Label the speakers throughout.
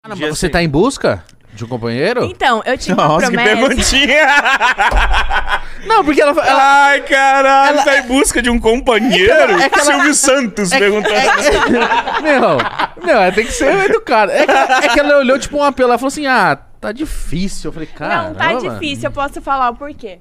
Speaker 1: Ah, não, mas você tá em busca de um companheiro?
Speaker 2: Então, eu tinha uma
Speaker 3: Nossa, que
Speaker 2: promessa.
Speaker 3: perguntinha!
Speaker 1: Não, porque ela...
Speaker 3: Ai, caralho, tá em busca de um companheiro?
Speaker 1: É que ela-
Speaker 3: Silvio Santos perguntando.
Speaker 1: Meu, tem que ser educado. É que ela olhou tipo um apelo, ela falou assim, ah, tá difícil. Eu falei, cara.
Speaker 2: Não, tá difícil, eu posso falar o porquê.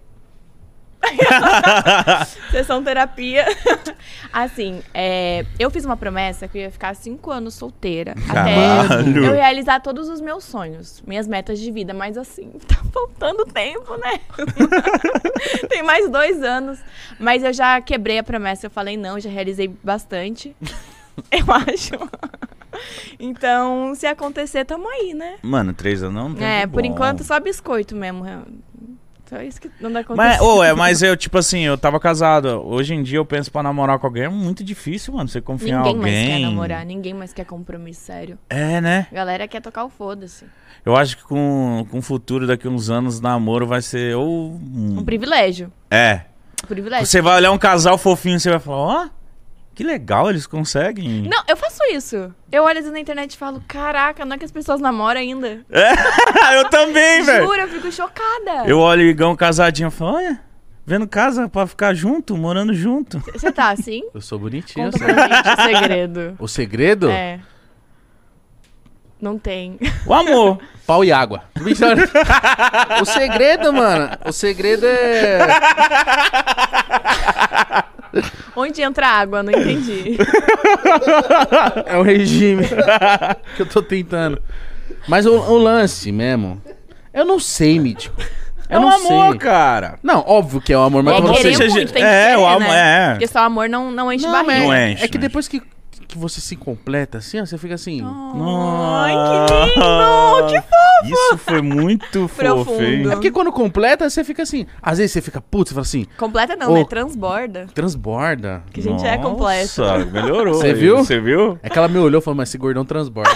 Speaker 2: Sessão terapia. Assim, eu fiz uma promessa que eu ia ficar 5 anos solteira.
Speaker 3: Caralho.
Speaker 2: Até eu realizar todos os meus sonhos, minhas metas de vida. Mas assim, tá faltando tempo, né? Tem mais 2 anos. Mas eu já quebrei a promessa. Eu falei, não, já realizei bastante. Eu acho. Então, se acontecer, tamo aí, né?
Speaker 3: Mano, 3 anos não tem.
Speaker 2: Por enquanto, só biscoito mesmo. Só isso que não dá acontecer.
Speaker 3: Mas eu, tipo assim, eu tava casado. Hoje em dia eu penso pra namorar com alguém, é muito difícil, mano. Você confiar em
Speaker 2: Ninguém
Speaker 3: alguém.
Speaker 2: mais quer namorar, ninguém mais quer compromisso sério.
Speaker 3: É, né?
Speaker 2: A galera quer tocar o foda-se.
Speaker 3: Eu acho que com o futuro, daqui uns anos, namoro vai ser ou...
Speaker 2: Um privilégio.
Speaker 3: É.
Speaker 2: Um privilégio.
Speaker 3: Você vai olhar um casal fofinho e você vai falar, ó, que legal, eles conseguem.
Speaker 2: Não, eu faço isso. Eu olho assim na internet e falo, caraca, não é que as pessoas namoram ainda.
Speaker 3: Eu também, velho.
Speaker 2: Juro, eu fico chocada.
Speaker 3: Eu olho o Igão casadinho e falo, olha, vendo casa pra ficar junto, morando junto.
Speaker 2: Você tá assim?
Speaker 1: Eu sou bonitinho.
Speaker 2: Conta
Speaker 1: assim.
Speaker 2: pra gente o segredo.
Speaker 1: O segredo?
Speaker 2: É. Não tem.
Speaker 3: O amor.
Speaker 1: Pau e água. O segredo, mano. O segredo é...
Speaker 2: Onde entra água? Não entendi.
Speaker 1: É o regime que eu tô tentando. Mas o lance mesmo... Eu não sei, Mítico.
Speaker 3: É
Speaker 1: Eu
Speaker 3: um
Speaker 1: não
Speaker 3: amor,
Speaker 1: sei.
Speaker 3: cara.
Speaker 1: Não, óbvio que é o amor, mas...
Speaker 2: É
Speaker 1: eu tô falando
Speaker 2: querer
Speaker 1: assim,
Speaker 2: muito, tem que
Speaker 3: É,
Speaker 2: querer,
Speaker 3: o amor,
Speaker 2: né?
Speaker 3: é.
Speaker 2: Porque só amor não enche
Speaker 1: Não,
Speaker 2: barriga.
Speaker 1: mas
Speaker 3: Não
Speaker 1: é
Speaker 3: enche,
Speaker 1: que depois que você se completa assim, ó, você fica assim...
Speaker 2: Ai, que lindo! Que fofo!
Speaker 3: Isso foi muito fofo, hein?
Speaker 2: Profundo.
Speaker 1: É porque quando completa, você fica assim... Às vezes você fica, putz, você fala assim...
Speaker 2: Completa não,
Speaker 1: Ô.
Speaker 2: né? Transborda.
Speaker 1: Transborda.
Speaker 2: Que a gente é completo.
Speaker 3: Nossa, melhorou.
Speaker 1: Você
Speaker 3: aí.
Speaker 1: viu?
Speaker 3: Você viu?
Speaker 1: É que ela me olhou e falou, mas esse gordão transborda.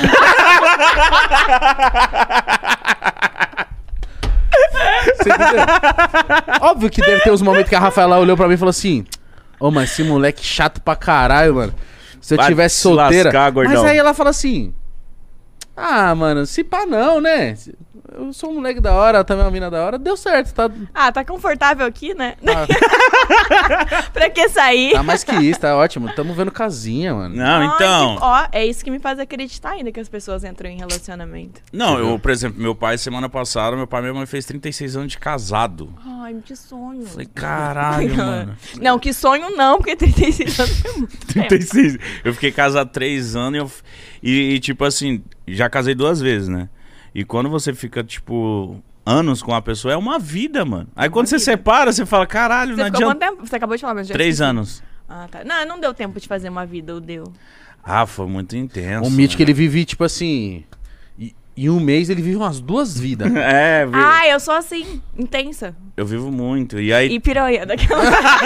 Speaker 1: Você entendeu? Óbvio que deve ter uns momentos que a Rafaela olhou pra mim e falou assim... Ô, mas esse moleque chato pra caralho, mano. Se eu
Speaker 3: Vai
Speaker 1: tivesse
Speaker 3: se
Speaker 1: solteira...
Speaker 3: lascar, gordão.
Speaker 1: Mas aí ela fala assim... Ah, mano, se pá não, né? Eu sou um moleque da hora, ela também é uma mina da hora. Deu certo, tá...
Speaker 2: Ah, tá confortável aqui, né? Pra que sair?
Speaker 1: Tá mais que isso, tá ótimo. Tamo vendo casinha, mano.
Speaker 3: Não,
Speaker 2: Ai,
Speaker 3: então...
Speaker 2: ó, é isso que me faz acreditar ainda que as pessoas entram em relacionamento.
Speaker 3: Não, eu, por exemplo, meu pai, semana passada, meu pai e minha mãe fez 36 anos de casado.
Speaker 2: Ai, que sonho.
Speaker 3: Falei, caralho, mano.
Speaker 2: Não, que sonho não, porque 36 anos é muito tempo.
Speaker 3: 36. Eu fiquei casado 3 anos e, tipo assim, já casei 2 vezes, né? E quando você fica, tipo, anos com a pessoa, é uma vida, mano. Aí quando você
Speaker 2: vida.
Speaker 3: separa, você fala, caralho,
Speaker 2: Você
Speaker 3: não
Speaker 2: ficou
Speaker 3: adianta.
Speaker 2: quanto tempo? Você acabou de falar, mas já
Speaker 3: 3
Speaker 2: esqueci.
Speaker 3: anos.
Speaker 2: Ah, tá. Não, não deu tempo de fazer uma vida, ou deu?
Speaker 3: Ah, foi muito intenso.
Speaker 1: O Mítico,
Speaker 3: né?
Speaker 1: ele vive, tipo assim... Em um mês, ele vive umas 2 vidas.
Speaker 3: É,
Speaker 2: Ah, eu sou assim, intensa.
Speaker 3: eu vivo muito. E aí,
Speaker 2: E piranha daquela.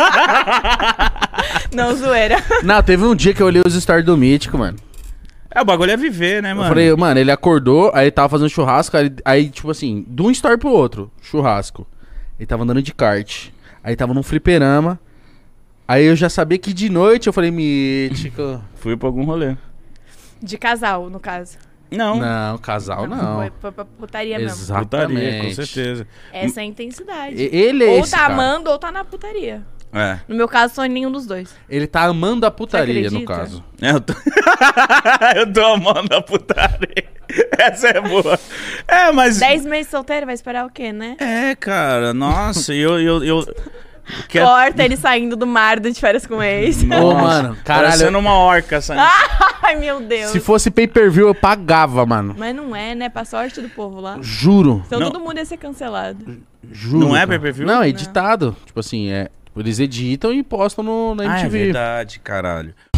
Speaker 2: Não, zoeira.
Speaker 1: Não, teve um dia que eu olhei os stories do Mítico, mano.
Speaker 3: o bagulho é viver, né, mano?
Speaker 1: Eu falei, mano, ele acordou, aí tava fazendo churrasco, aí, tipo assim, de um story pro outro, churrasco. Ele tava andando de kart, aí tava num fliperama, aí eu já sabia que de noite eu falei, Mítico...
Speaker 3: Fui pra algum rolê.
Speaker 2: De casal, no caso.
Speaker 3: Não.
Speaker 1: Não, casal não.
Speaker 2: Foi pra putaria mesmo.
Speaker 1: Exatamente.
Speaker 3: Putaria, com certeza.
Speaker 2: Essa é a intensidade.
Speaker 1: Ele é
Speaker 2: Ou
Speaker 1: esse
Speaker 2: tá
Speaker 1: cara.
Speaker 2: amando ou tá na putaria.
Speaker 3: É.
Speaker 2: No meu caso, sou nenhum dos dois.
Speaker 1: Ele tá amando a putaria,
Speaker 2: Você
Speaker 1: no
Speaker 2: acredita?
Speaker 1: caso.
Speaker 3: Eu tô... eu tô amando a putaria. Essa é boa. É, mas...
Speaker 2: 10 meses solteiro, vai esperar o quê, né?
Speaker 3: É, cara, nossa, eu... Quer...
Speaker 2: Corta ele saindo do mar de férias com o ex.
Speaker 1: Ô, mano, caralho.
Speaker 3: Parecendo uma orca saindo.
Speaker 2: Ai, meu Deus.
Speaker 1: Se fosse pay-per-view, eu pagava, mano.
Speaker 2: Mas não é, né? Pra sorte do povo lá.
Speaker 1: Juro.
Speaker 2: Então
Speaker 3: Não.
Speaker 2: todo mundo ia ser cancelado.
Speaker 1: Juro.
Speaker 3: Não é
Speaker 1: cara.
Speaker 3: pay-per-view?
Speaker 1: Não, é editado. Tipo assim, eles editam e postam na
Speaker 3: Ah, é
Speaker 1: MTV.
Speaker 3: verdade, caralho.